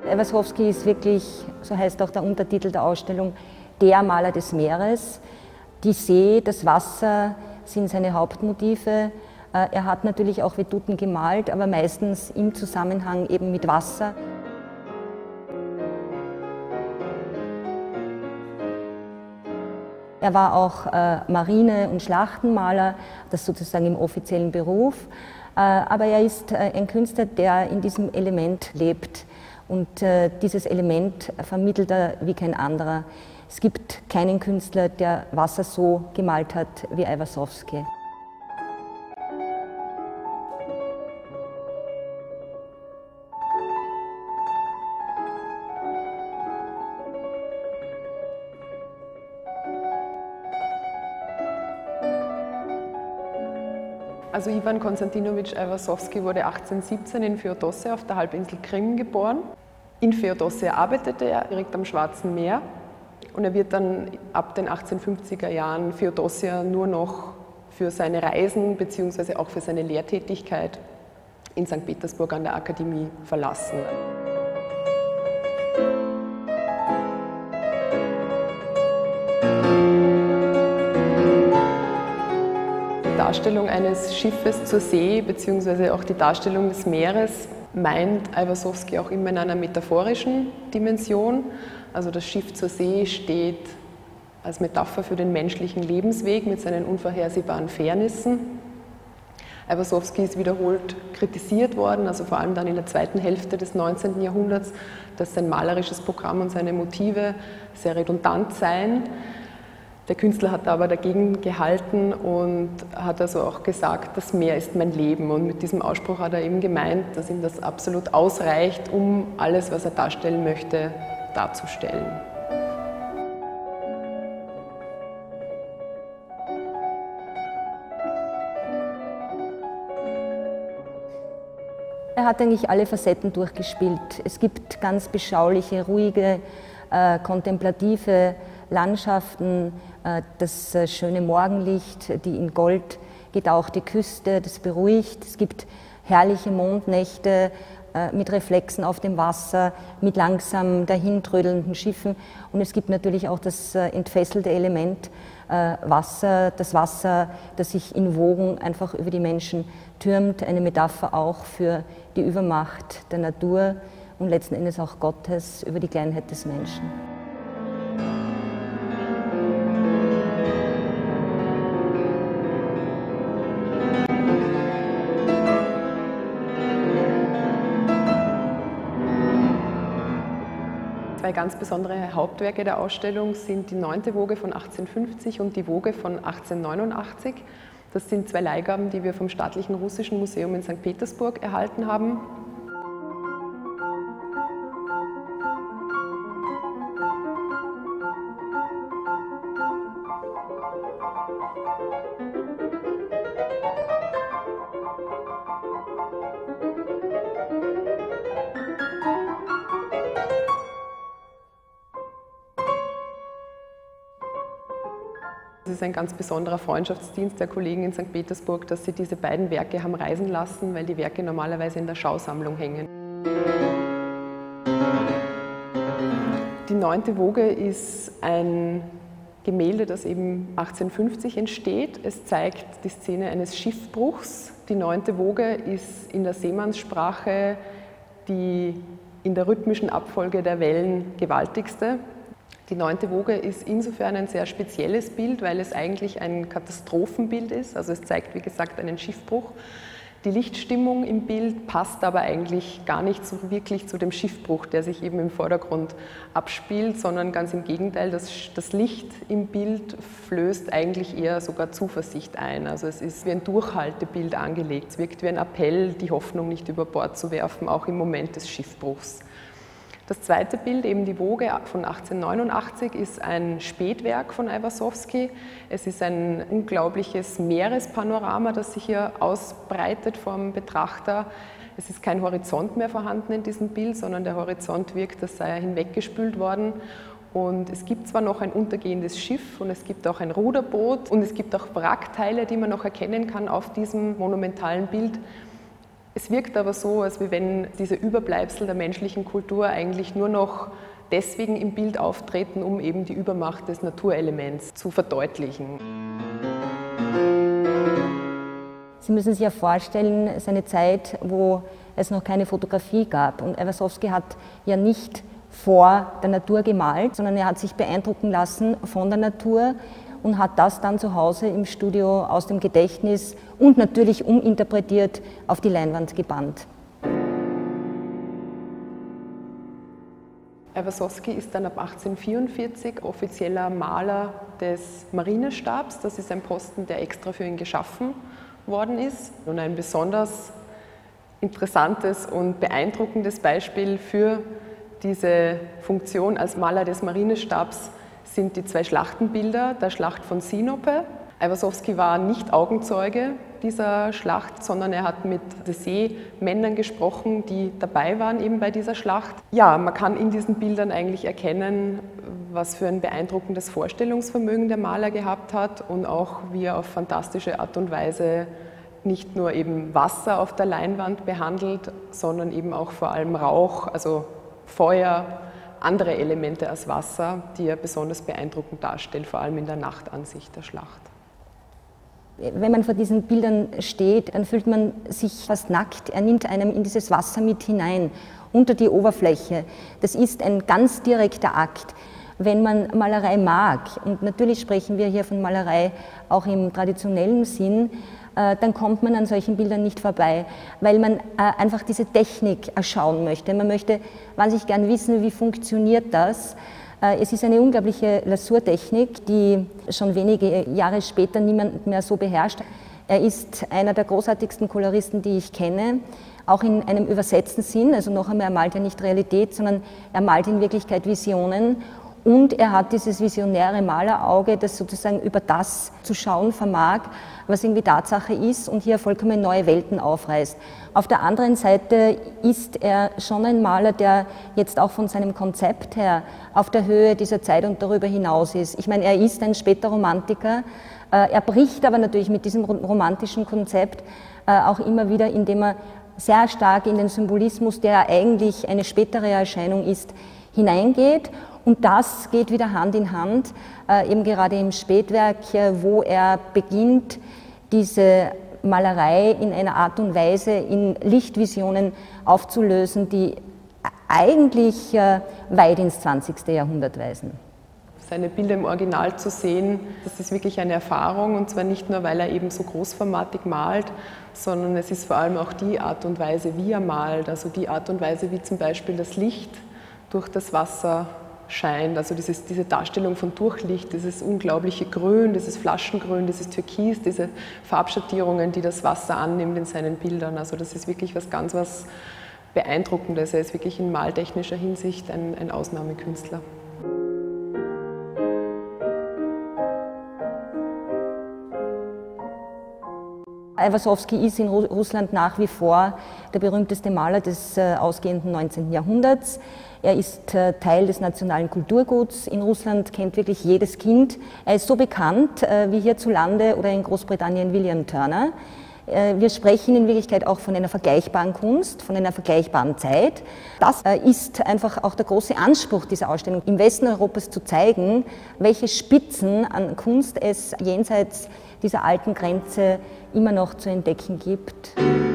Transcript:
Aiwasowski ist wirklich, so heißt auch der Untertitel der Ausstellung, der Maler des Meeres. Die See, das Wasser sind seine Hauptmotive. Er hat natürlich auch Veduten gemalt, aber meistens im Zusammenhang eben mit Wasser. Er war auch Marine- und Schlachtenmaler, das sozusagen im offiziellen Beruf. Aber er ist ein Künstler, der in diesem Element lebt. Und dieses Element vermittelt er wie kein anderer. Es gibt keinen Künstler, der Wasser so gemalt hat wie Aiwasowski. Also Iwan Konstantinowitsch Aiwasowski wurde 1817 in Feodossija auf der Halbinsel Krim geboren. In Feodossija arbeitete er direkt am Schwarzen Meer und er wird dann ab den 1850er Jahren Feodossija nur noch für seine Reisen bzw. auch für seine Lehrtätigkeit in St. Petersburg an der Akademie verlassen. Die Darstellung eines Schiffes zur See bzw. auch die Darstellung des Meeres meint Aiwasowski auch immer in einer metaphorischen Dimension. Also das Schiff zur See steht als Metapher für den menschlichen Lebensweg mit seinen unvorhersehbaren Fairnissen. Aiwasowski ist wiederholt kritisiert worden, also vor allem dann in der zweiten Hälfte des 19. Jahrhunderts, dass sein malerisches Programm und seine Motive sehr redundant seien. Der Künstler hat aber dagegen gehalten und hat also auch gesagt, das Meer ist mein Leben. Und mit diesem Ausspruch hat er eben gemeint, dass ihm das absolut ausreicht, um alles, was er darstellen möchte, darzustellen. Er hat eigentlich alle Facetten durchgespielt. Es gibt ganz beschauliche, ruhige, kontemplative Landschaften, das schöne Morgenlicht, die in Gold getauchte Küste, das beruhigt. Es gibt herrliche Mondnächte mit Reflexen auf dem Wasser, mit langsam dahintrödelnden Schiffen. Und es gibt natürlich auch das entfesselte Element Wasser, das Wasser, das sich in Wogen einfach über die Menschen türmt, eine Metapher auch für die Übermacht der Natur und letzten Endes auch Gottes über die Kleinheit des Menschen. Zwei ganz besondere Hauptwerke der Ausstellung sind die 9. Woge von 1850 und die Woge von 1889. Das sind zwei Leihgaben, die wir vom Staatlichen Russischen Museum in St. Petersburg erhalten haben. Es ist ein ganz besonderer Freundschaftsdienst der Kollegen in St. Petersburg, dass sie diese beiden Werke haben reisen lassen, weil die Werke normalerweise in der Schausammlung hängen. Die 9. Woge ist ein Gemälde, das eben 1850 entsteht. Es zeigt die Szene eines Schiffbruchs. Die 9. Woge ist in der Seemannssprache die in der rhythmischen Abfolge der Wellen gewaltigste. Die 9. Woge ist insofern ein sehr spezielles Bild, weil es eigentlich ein Katastrophenbild ist. Also es zeigt, wie gesagt, einen Schiffbruch. Die Lichtstimmung im Bild passt aber eigentlich gar nicht so wirklich zu dem Schiffbruch, der sich eben im Vordergrund abspielt, sondern ganz im Gegenteil, das Licht im Bild flößt eigentlich eher sogar Zuversicht ein. Also es ist wie ein Durchhaltebild angelegt. Es wirkt wie ein Appell, die Hoffnung nicht über Bord zu werfen, auch im Moment des Schiffbruchs. Das zweite Bild, eben die Woge von 1889, ist ein Spätwerk von Aiwasowski. Es ist ein unglaubliches Meerespanorama, das sich hier ausbreitet vom Betrachter. Es ist kein Horizont mehr vorhanden in diesem Bild, sondern der Horizont wirkt, als sei er hinweggespült worden. Und es gibt zwar noch ein untergehendes Schiff und es gibt auch ein Ruderboot und es gibt auch Wrackteile, die man noch erkennen kann auf diesem monumentalen Bild. Es wirkt aber so, als wenn diese Überbleibsel der menschlichen Kultur eigentlich nur noch deswegen im Bild auftreten, um eben die Übermacht des Naturelements zu verdeutlichen. Sie müssen sich ja vorstellen, es ist eine Zeit, wo es noch keine Fotografie gab. Und Aiwasowski hat ja nicht vor der Natur gemalt, sondern er hat sich beeindrucken lassen von der Natur und hat das dann zu Hause im Studio aus dem Gedächtnis und natürlich uminterpretiert auf die Leinwand gebannt. Aiwasowski ist dann ab 1844 offizieller Maler des Marinestabs. Das ist ein Posten, der extra für ihn geschaffen worden ist. Und ein besonders interessantes und beeindruckendes Beispiel für diese Funktion als Maler des Marinestabs sind die 2 Schlachtenbilder der Schlacht von Sinope. Aiwasowski war nicht Augenzeuge dieser Schlacht, sondern er hat mit Seemännern gesprochen, die dabei waren eben bei dieser Schlacht. Ja, man kann in diesen Bildern eigentlich erkennen, was für ein beeindruckendes Vorstellungsvermögen der Maler gehabt hat und auch wie er auf fantastische Art und Weise nicht nur eben Wasser auf der Leinwand behandelt, sondern eben auch vor allem Rauch, also Feuer, andere Elemente als Wasser, die er besonders beeindruckend darstellt, vor allem in der Nachtansicht der Schlacht. Wenn man vor diesen Bildern steht, dann fühlt man sich fast nackt. Er nimmt einem in dieses Wasser mit hinein, unter die Oberfläche. Das ist ein ganz direkter Akt. Wenn man Malerei mag, und natürlich sprechen wir hier von Malerei auch im traditionellen Sinn, dann kommt man an solchen Bildern nicht vorbei, weil man einfach diese Technik erschauen möchte. Man möchte wahnsinnig gern wissen, wie funktioniert das. Es ist eine unglaubliche Lasurtechnik, die schon wenige Jahre später niemand mehr so beherrscht. Er ist einer der großartigsten Koloristen, die ich kenne, auch in einem übersetzten Sinn. Also noch einmal, er malt ja nicht Realität, sondern er malt in Wirklichkeit Visionen. Und er hat dieses visionäre Malerauge, das sozusagen über das zu schauen vermag, was irgendwie Tatsache ist und hier vollkommen neue Welten aufreißt. Auf der anderen Seite ist er schon ein Maler, der jetzt auch von seinem Konzept her auf der Höhe dieser Zeit und darüber hinaus ist. Ich meine, er ist ein später Romantiker, er bricht aber natürlich mit diesem romantischen Konzept auch immer wieder, indem er sehr stark in den Symbolismus, der eigentlich eine spätere Erscheinung ist, hineingeht. Und das geht wieder Hand in Hand, eben gerade im Spätwerk, wo er beginnt, diese Malerei in einer Art und Weise in Lichtvisionen aufzulösen, die eigentlich weit ins 20. Jahrhundert weisen. Seine Bilder im Original zu sehen, das ist wirklich eine Erfahrung, und zwar nicht nur, weil er eben so großformatig malt, sondern es ist vor allem auch die Art und Weise, wie er malt, also die Art und Weise, wie zum Beispiel das Licht durch das Wasser scheint, also diese Darstellung von Durchlicht, dieses unglaubliche Grün, dieses Flaschengrün, dieses Türkis, diese Farbschattierungen, die das Wasser annimmt in seinen Bildern. Also das ist wirklich was Beeindruckendes. Er ist wirklich in maltechnischer Hinsicht ein Ausnahmekünstler. Aiwasowski ist in Russland nach wie vor der berühmteste Maler des ausgehenden 19. Jahrhunderts. Er ist Teil des nationalen Kulturguts. In Russland kennt wirklich jedes Kind. Er ist so bekannt wie hierzulande oder in Großbritannien William Turner. Wir sprechen in Wirklichkeit auch von einer vergleichbaren Kunst, von einer vergleichbaren Zeit. Das ist einfach auch der große Anspruch dieser Ausstellung, im Westen Europas zu zeigen, welche Spitzen an Kunst es jenseits dieser alten Grenze immer noch zu entdecken gibt.